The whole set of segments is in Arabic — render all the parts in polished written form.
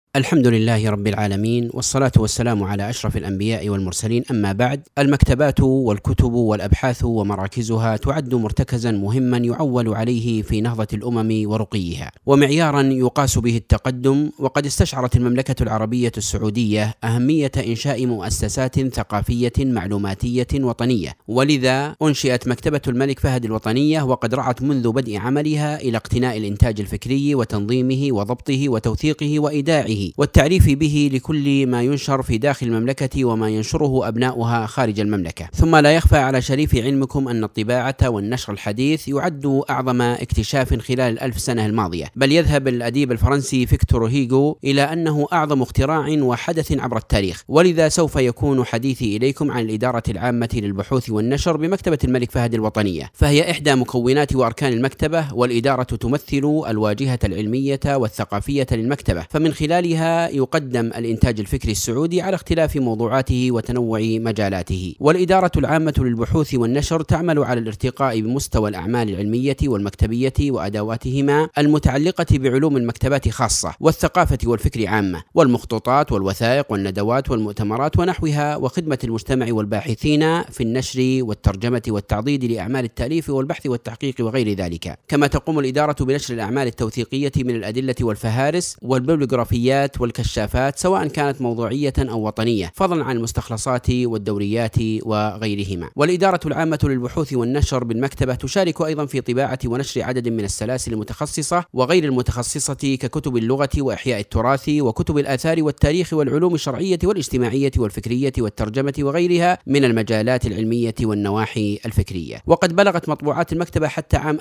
الحمد لله رب العالمين، والصلاة والسلام على أشرف الأنبياء والمرسلين. أما بعد، المكتبات والكتب والأبحاث ومراكزها تعد مرتكزا مهما يعول عليه في نهضة الأمم ورقيها، ومعيارا يقاس به التقدم. وقد استشعرت المملكة العربية السعودية أهمية إنشاء مؤسسات ثقافية معلوماتية وطنية، ولذا أنشئت مكتبة الملك فهد الوطنية، وقد رعت منذ بدء عملها إلى اقتناء الإنتاج الفكري وتنظيمه وضبطه وتوثيقه وإيداعه والتعريف به لكل ما ينشر في داخل المملكة وما ينشره أبناؤها خارج المملكة. ثم لا يخفى على شريف علمكم أن الطباعة والنشر الحديث يعد أعظم اكتشاف خلال ال1000 سنة الماضية، بل يذهب الأديب الفرنسي فيكتور هيغو إلى أنه أعظم اختراع وحدث عبر التاريخ. ولذا سوف يكون حديثي إليكم عن الإدارة العامة للبحوث والنشر بمكتبة الملك فهد الوطنية، فهي إحدى مكونات وأركان المكتبة، والإدارة تمثل الواجهة العلمية والثقافية للمكتبة، فمن خلالها يقدم الإنتاج الفكري السعودي على اختلاف موضوعاته وتنوع مجالاته. والإدارة العامة للبحوث والنشر تعمل على الارتقاء بمستوى الأعمال العلمية والمكتبية وأدواتهما المتعلقة بعلوم المكتبات خاصة، والثقافة والفكر عامة، والمخطوطات والوثائق والندوات والمؤتمرات ونحوها، وخدمة المجتمع والباحثين في النشر والترجمة والتعضيد لأعمال التأليف والبحث والتحقيق وغير ذلك. كما تقوم الإدارة بنشر الأعمال التوثيقية من الأدلة والفهارس والببليوغرافيات والكشافات، سواء كانت موضوعية أو وطنية، فضلا عن المستخلصات والدوريات وغيرهما. والإدارة العامة للبحوث والنشر بالمكتبة تشارك أيضا في طباعة ونشر عدد من السلاسل المتخصصة وغير المتخصصة، ككتب اللغة وإحياء التراث وكتب الآثار والتاريخ والعلوم الشرعية والاجتماعية والفكرية والترجمة وغيرها من المجالات العلمية والنواحي الفكرية. وقد بلغت مطبوعات المكتبة حتى عام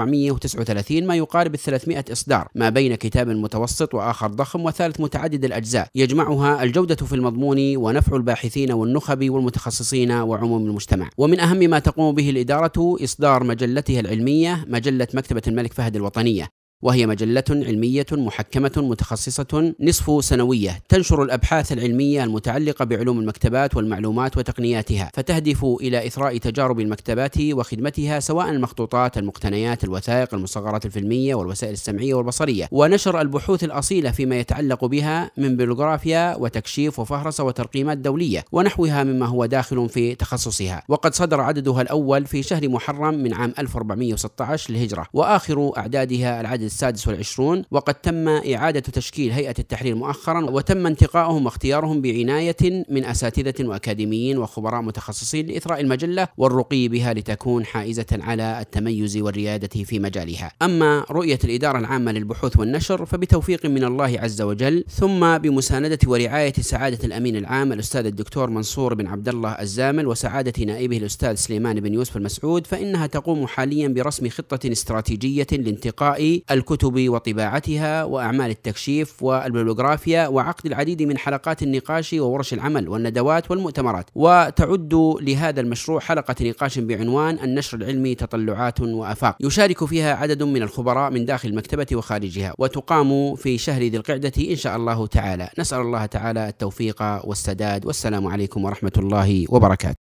1439 ما يقارب 300 إصدار، ما بين كتاب متوسط وآخر ضخم وثالث متعدد الأجزاء، يجمعها الجودة في المضمون ونفع الباحثين والنخب والمتخصصين وعموم المجتمع. ومن أهم ما تقوم به الإدارة إصدار مجلتها العلمية، مجلة مكتبة الملك فهد الوطنية، وهي مجلة علمية محكمة متخصصة نصف سنوية، تنشر الأبحاث العلمية المتعلقة بعلوم المكتبات والمعلومات وتقنياتها، فتهدف إلى إثراء تجارب المكتبات وخدمتها، سواء المخطوطات، المقتنيات، الوثائق، المصغرات الفيلمية والوسائل السمعية والبصرية، ونشر البحوث الأصيلة فيما يتعلق بها من بيبليوغرافيا وتكشيف وفهرسة وترقيمات دولية ونحوها مما هو داخل في تخصصها. وقد صدر عددها الأول في شهر محرم من عام 1416 للهجرة، وآخر أعدادها العدد 26، وقد تم إعادة تشكيل هيئة التحرير مؤخرا، وتم انتقائهم واختيارهم بعناية من أساتذة وأكاديميين وخبراء متخصصين لإثراء المجلة والرقي بها لتكون حائزة على التميز والريادة في مجالها. أما رؤية الإدارة العامة للبحوث والنشر فبتوفيق من الله عز وجل، ثم بمساندة ورعاية سعادة الأمين العام الأستاذ الدكتور منصور بن عبد الله الزامل، وسعادة نائبه الأستاذ سليمان بن يوسف المسعود، فإنها تقوم حاليا برسم خطة استراتيجية لانتقاء الكتب وطباعتها وأعمال التكشيف والببليوغرافيا، وعقد العديد من حلقات النقاش وورش العمل والندوات والمؤتمرات. وتعد لهذا المشروع حلقة نقاش بعنوان النشر العلمي تطلعات وآفاق، يشارك فيها عدد من الخبراء من داخل المكتبة وخارجها، وتقام في شهر ذي القعدة إن شاء الله تعالى. نسأل الله تعالى التوفيق والسداد، والسلام عليكم ورحمة الله وبركاته.